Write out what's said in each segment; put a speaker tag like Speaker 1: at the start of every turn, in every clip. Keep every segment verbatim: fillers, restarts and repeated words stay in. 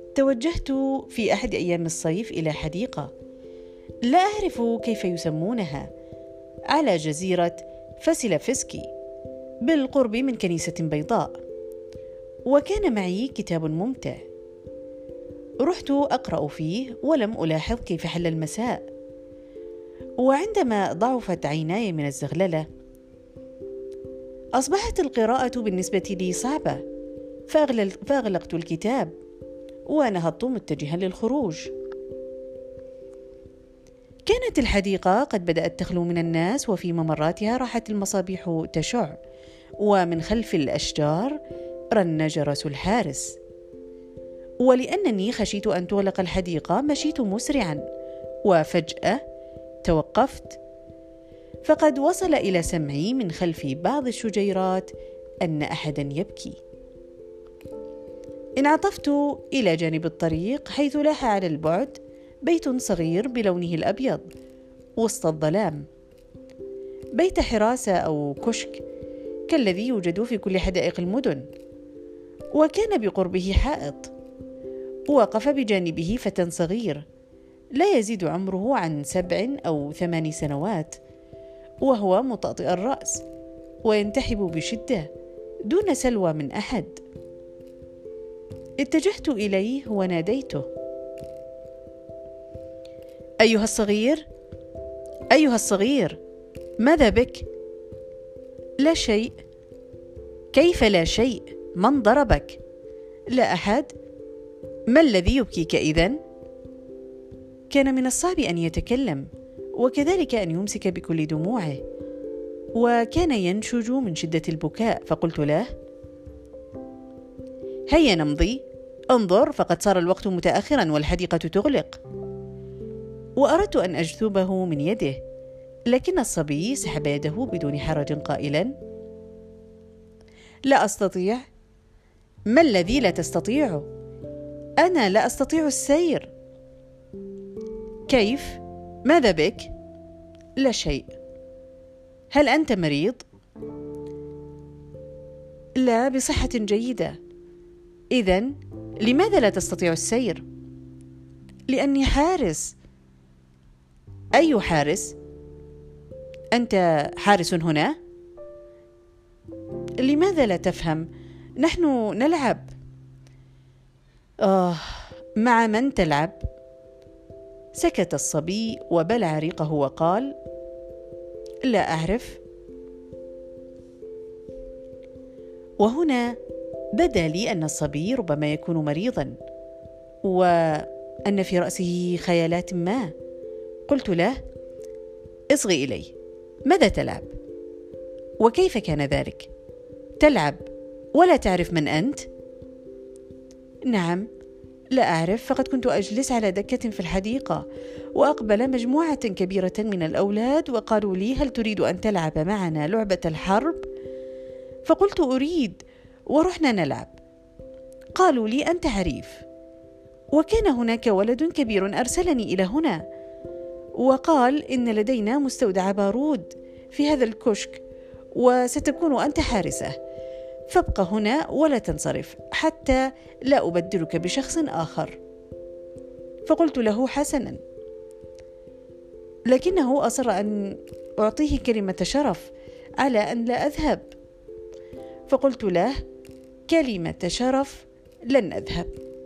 Speaker 1: توجهت في أحد أيام الصيف إلى حديقة لا أعرف كيف يسمونها على جزيرة فاسيلافسكي بالقرب من كنيسة بيضاء، وكان معي كتاب ممتع. رحت أقرأ فيه ولم ألاحظ كيف حل المساء، وعندما ضعفت عيناي من الزغللة أصبحت القراءة بالنسبة لي صعبة، فأغلقت الكتاب ونهضت متجها للخروج. كانت الحديقة قد بدأت تخلو من الناس، وفي ممراتها راحت المصابيح تشع، ومن خلف الأشجار رن جرس الحارس. ولأنني خشيت أن تغلق الحديقة مشيت مسرعا، وفجأة توقفت، فقد وصل إلى سمعي من خلف بعض الشجيرات أن أحدا يبكي. انعطفت إلى جانب الطريق حيث لاح على البعد بيت صغير بلونه الأبيض وسط الظلام، بيت حراسة أو كشك كالذي يوجد في كل حدائق المدن، وكان بقربه حائط. وقف بجانبه فتى صغير لا يزيد عمره عن سبع أو ثمان سنوات، وهو مطأطئ الرأس وينتحب بشدة دون سلوى من أحد. اتجهت إليه وناديته: أيها الصغير، أيها الصغير، ماذا بك؟ لا شيء. كيف لا شيء؟ من ضربك؟ لا أحد. ما الذي يبكيك إذن؟ كان من الصعب أن يتكلم، وكذلك أن يمسك بكل دموعه، وكان ينشج من شدة البكاء. فقلت له: هيا نمضي، انظر فقد صار الوقت متأخرا والحديقة تغلق. وأردت أن أجذبه من يده، لكن الصبي سحب يده بدون حرج قائلا: لا أستطيع. ما الذي لا تستطيعه؟ أنا لا أستطيع السير. كيف؟ ماذا بك؟ لا شيء. هل أنت مريض؟ لا، بصحة جيدة. إذن لماذا لا تستطيع السير؟ لأني حارس. أي حارس؟ أنت حارس هنا؟ لماذا لا تفهم؟ نحن نلعب. آه، مع من تلعب؟ سكت الصبي وبلع ريقه وقال: لا أعرف. وهنا بدا لي أن الصبي ربما يكون مريضا، وأن في رأسه خيالات ما. قلت له: اصغي إلي، ماذا تلعب؟ وكيف كان ذلك؟ تلعب ولا تعرف من أنت؟ نعم، لا أعرف، فقد كنت أجلس على دكة في الحديقة، وأقبل مجموعة كبيرة من الأولاد وقالوا لي: هل تريد أن تلعب معنا لعبة الحرب؟ فقلت: أريد، ورحنا نلعب. قالوا لي: أنت عريف. وكان هناك ولد كبير أرسلني إلى هنا، وقال: إن لدينا مستودع بارود في هذا الكشك، وستكون أنت حارسه، فابق هنا ولا تنصرف حتى لا أبدلك بشخص آخر. فقلت له: حسنا. لكنه أصر أن أعطيه كلمة شرف على أن لا أذهب. فقلت له: كلمة شرف، لن أذهب.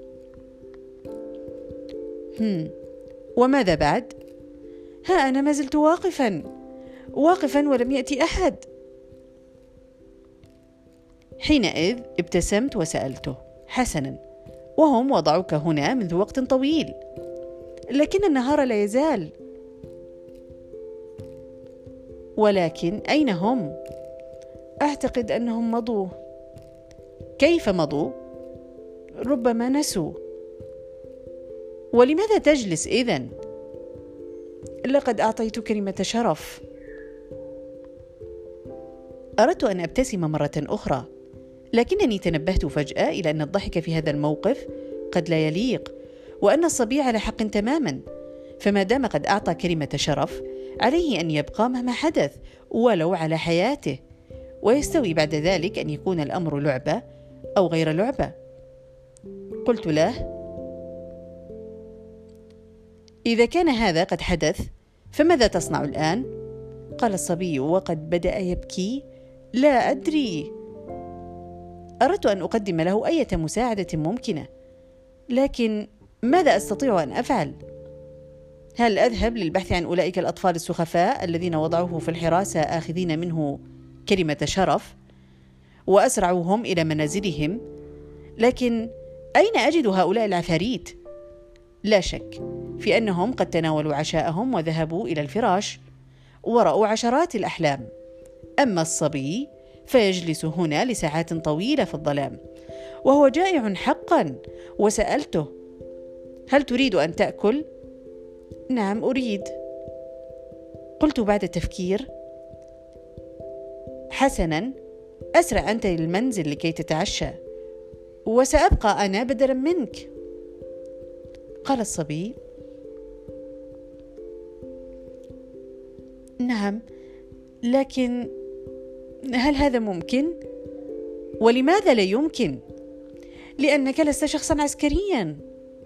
Speaker 1: هم وماذا بعد؟ ها أنا ما زلت واقفا واقفا ولم يأتي أحد. حينئذ ابتسمت وسألته: حسنا، وهم وضعوك هنا منذ وقت طويل، لكن النهار لا يزال. ولكن أين هم؟ أعتقد أنهم مضوا. كيف مضوا؟ ربما نسوا. ولماذا تجلس إذن؟ لقد أعطيت كلمة شرف. أردت أن أبتسم مرة أخرى، لكنني تنبهت فجأة إلى أن الضحك في هذا الموقف قد لا يليق، وأن الصبي على حق تماما، فما دام قد أعطى كلمة شرف عليه أن يبقى مهما حدث ولو على حياته، ويستوي بعد ذلك أن يكون الأمر لعبة أو غير لعبة. قلت له: إذا كان هذا قد حدث فماذا تصنع الآن؟ قال الصبي وقد بدأ يبكي. لا أدري. أردت أن أقدم له أي مساعدة ممكنة، لكن ماذا أستطيع أن أفعل؟ هل أذهب للبحث عن أولئك الأطفال السخفاء الذين وضعوه في الحراسة آخذين منه كلمة شرف وأسرعوهم إلى منازلهم؟ لكن أين أجد هؤلاء العفاريت؟ لا شك في أنهم قد تناولوا عشاءهم وذهبوا إلى الفراش ورأوا عشرات الأحلام. أما الصبي فيجلس هنا لساعات طويلة في الظلام وهو جائع حقا، وسألته: هل تريد أن تأكل؟ نعم أريد. قلت بعد تفكير: حسنا، أسرع أنت للمنزل لكي تتعشى وسأبقى أنا بدلا منك. قال الصبي: نعم، لكن هل هذا ممكن؟ ولماذا لا يمكن؟ لأنك لست شخصا عسكريا.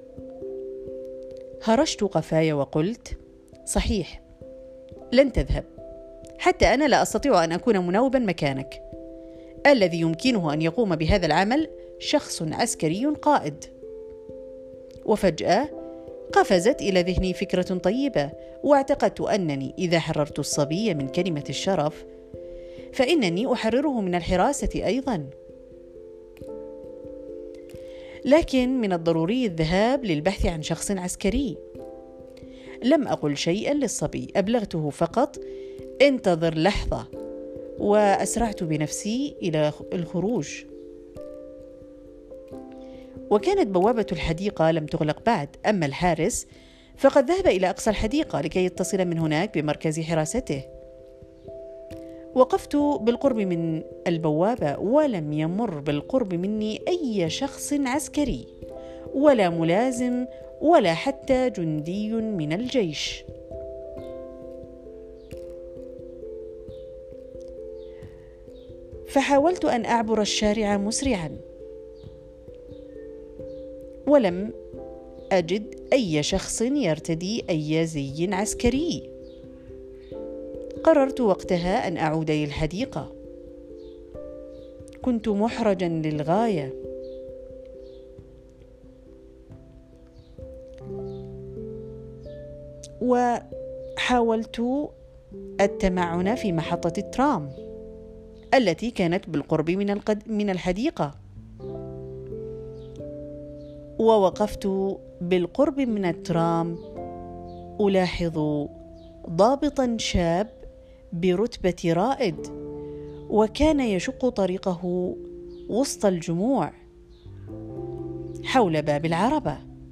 Speaker 1: هرشت قفاي وقلت: صحيح، لن تذهب. حتى أنا لا أستطيع أن أكون مناوبا مكانك. الذي يمكنه أن يقوم بهذا العمل شخص عسكري قائد. وفجأة قفزت إلى ذهني فكرة طيبة، واعتقدت أنني إذا حررت الصبي من كلمة الشرف فإنني أحرره من الحراسة أيضا. لكن من الضروري الذهاب للبحث عن شخص عسكري. لم أقل شيئا للصبي، أبلغته فقط: انتظر لحظة، وأسرعت بنفسي إلى الخروج. وكانت بوابة الحديقة لم تغلق بعد، أما الحارس فقد ذهب إلى أقصى الحديقة لكي يتصل من هناك بمركز حراسته. وقفت بالقرب من البوابة ولم يمر بالقرب مني أي شخص عسكري ولا ملازم ولا حتى جندي من الجيش. فحاولت أن أعبر الشارع مسرعا ولم أجد أي شخص يرتدي أي زي عسكري. قررت وقتها أن أعود للحديقة. كنت محرجا للغاية. وحاولت التمعن في محطة الترام التي كانت بالقرب من القد... من الحديقة. ووقفت بالقرب من الترام ألاحظ ضابطا شاب برتبة رائد، وكان يشق طريقه وسط الجموع حول باب العربة.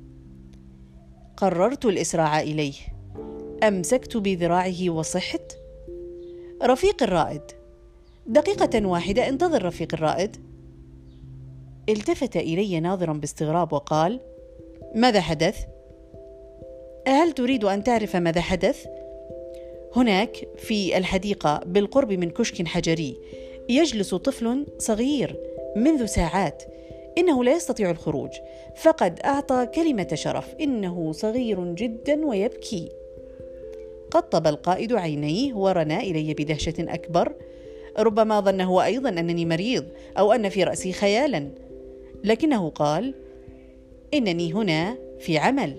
Speaker 1: قررت الإسراع إليه. أمسكت بذراعه وصحت: رفيق الرائد، دقيقة واحدة، انتظر رفيق الرائد. التفت إلي ناظرا باستغراب وقال: ماذا حدث؟ هل تريد أن تعرف ماذا حدث؟ هناك في الحديقة بالقرب من كشك حجري يجلس طفل صغير منذ ساعات، إنه لا يستطيع الخروج، فقد أعطى كلمة شرف، إنه صغير جدا ويبكي. قطب القائد عينيه ورنا إلي بدهشة أكبر. ربما ظن هو أيضا أنني مريض أو أن في رأسي خيالا، لكنه قال: إنني هنا في عمل.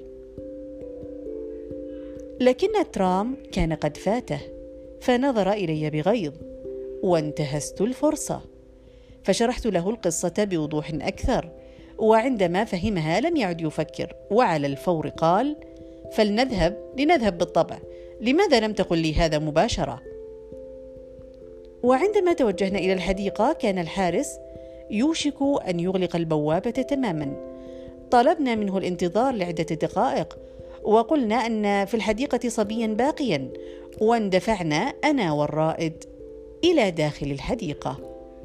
Speaker 1: لكن الترام كان قد فاته، فنظر إلي بغيظ، وانتهزت الفرصة فشرحت له القصة بوضوح أكثر، وعندما فهمها لم يعد يفكر، وعلى الفور قال: فلنذهب، لنذهب بالطبع، لماذا لم تقل لي هذا مباشرة؟ وعندما توجهنا إلى الحديقة كان الحارس يوشك أن يغلق البوابة تماما. طلبنا منه الانتظار لعدة دقائق، وقلنا أن في الحديقة صبيا باقيا، واندفعنا أنا والرائد إلى داخل الحديقة.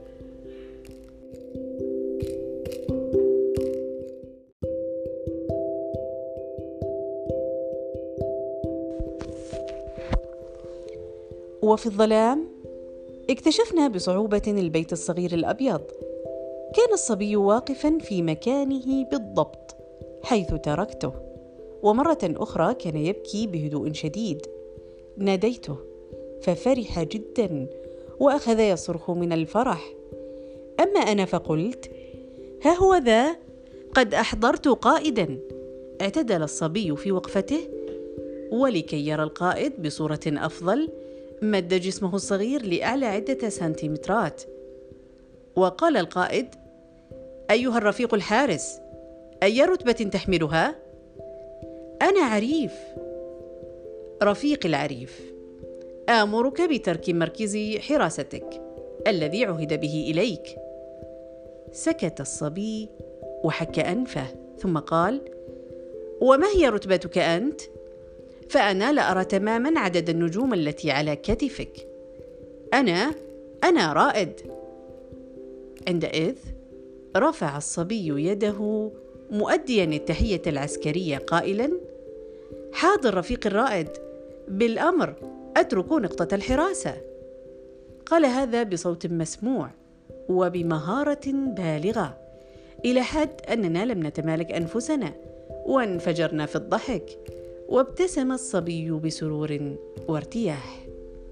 Speaker 1: وفي الظلام اكتشفنا بصعوبة البيت الصغير الأبيض. كان الصبي واقفا في مكانه بالضبط حيث تركته، ومرة أخرى كان يبكي بهدوء شديد. ناديته ففرح جدا وأخذ يصرخ من الفرح. أما أنا فقلت: ها هو ذا قد أحضرت قائدا. اعتدل الصبي في وقفته، ولكي يرى القائد بصورة أفضل مد جسمه الصغير لأعلى عدة سنتيمترات، وقال القائد: أيها الرفيق الحارس، أي رتبة تحملها؟ أنا عريف. رفيقي العريف، آمرك بترك مركز حراستك الذي عهد به إليك. سكت الصبي وحك أنفه، ثم قال: وما هي رتبتك أنت؟ فأنا لا أرى تماما عدد النجوم التي على كتفك. أنا أنا رائد. عندئذ رفع الصبي يده مؤديا التحية العسكرية قائلا: حاضر رفيق الرائد، بالأمر أترك نقطة الحراسة. قال هذا بصوت مسموع وبمهارة بالغة، إلى حد أننا لم نتمالك أنفسنا وانفجرنا في الضحك. وابتسم الصبي بسرور وارتياح.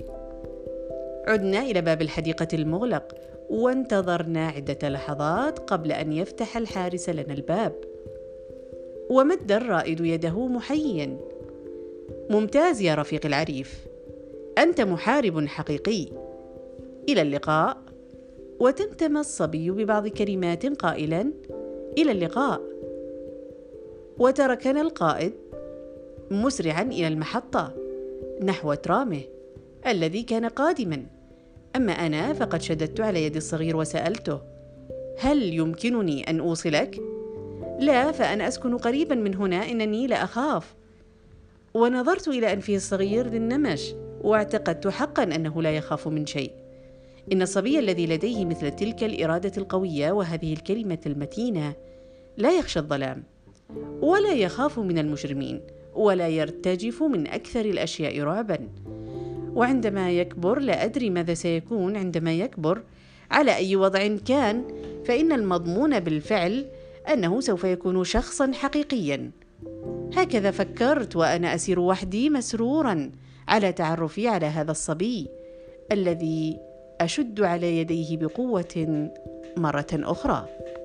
Speaker 1: عدنا إلى باب الحديقة المغلق وانتظرنا عدة لحظات قبل أن يفتح الحارس لنا الباب، ومد الرائد يده محييا: ممتاز يا رفيق العريف، أنت محارب حقيقي، إلى اللقاء. وتمتم الصبي ببعض كلمات قائلا: إلى اللقاء. وتركنا القائد مسرعا إلى المحطة نحو ترامه الذي كان قادما. أما أنا فقد شددت على يد الصغير وسألته: هل يمكنني أن أوصلك؟ لا، فأنا أسكن قريبا من هنا، إنني لا أخاف. ونظرت إلى أنفه الصغير ذي النمش واعتقدت حقا أنه لا يخاف من شيء. إن الصبي الذي لديه مثل تلك الإرادة القوية وهذه الكلمة المتينة لا يخشى الظلام، ولا يخاف من المجرمين، ولا يرتجف من أكثر الأشياء رعبا. وعندما يكبر لا أدري ماذا سيكون عندما يكبر. على أي وضع كان، فإن المضمون بالفعل أنه سوف يكون شخصا حقيقيا. هكذا فكرت وأنا أسير وحدي مسرورا على تعرفي على هذا الصبي الذي أشد على يديه بقوة مرة أخرى.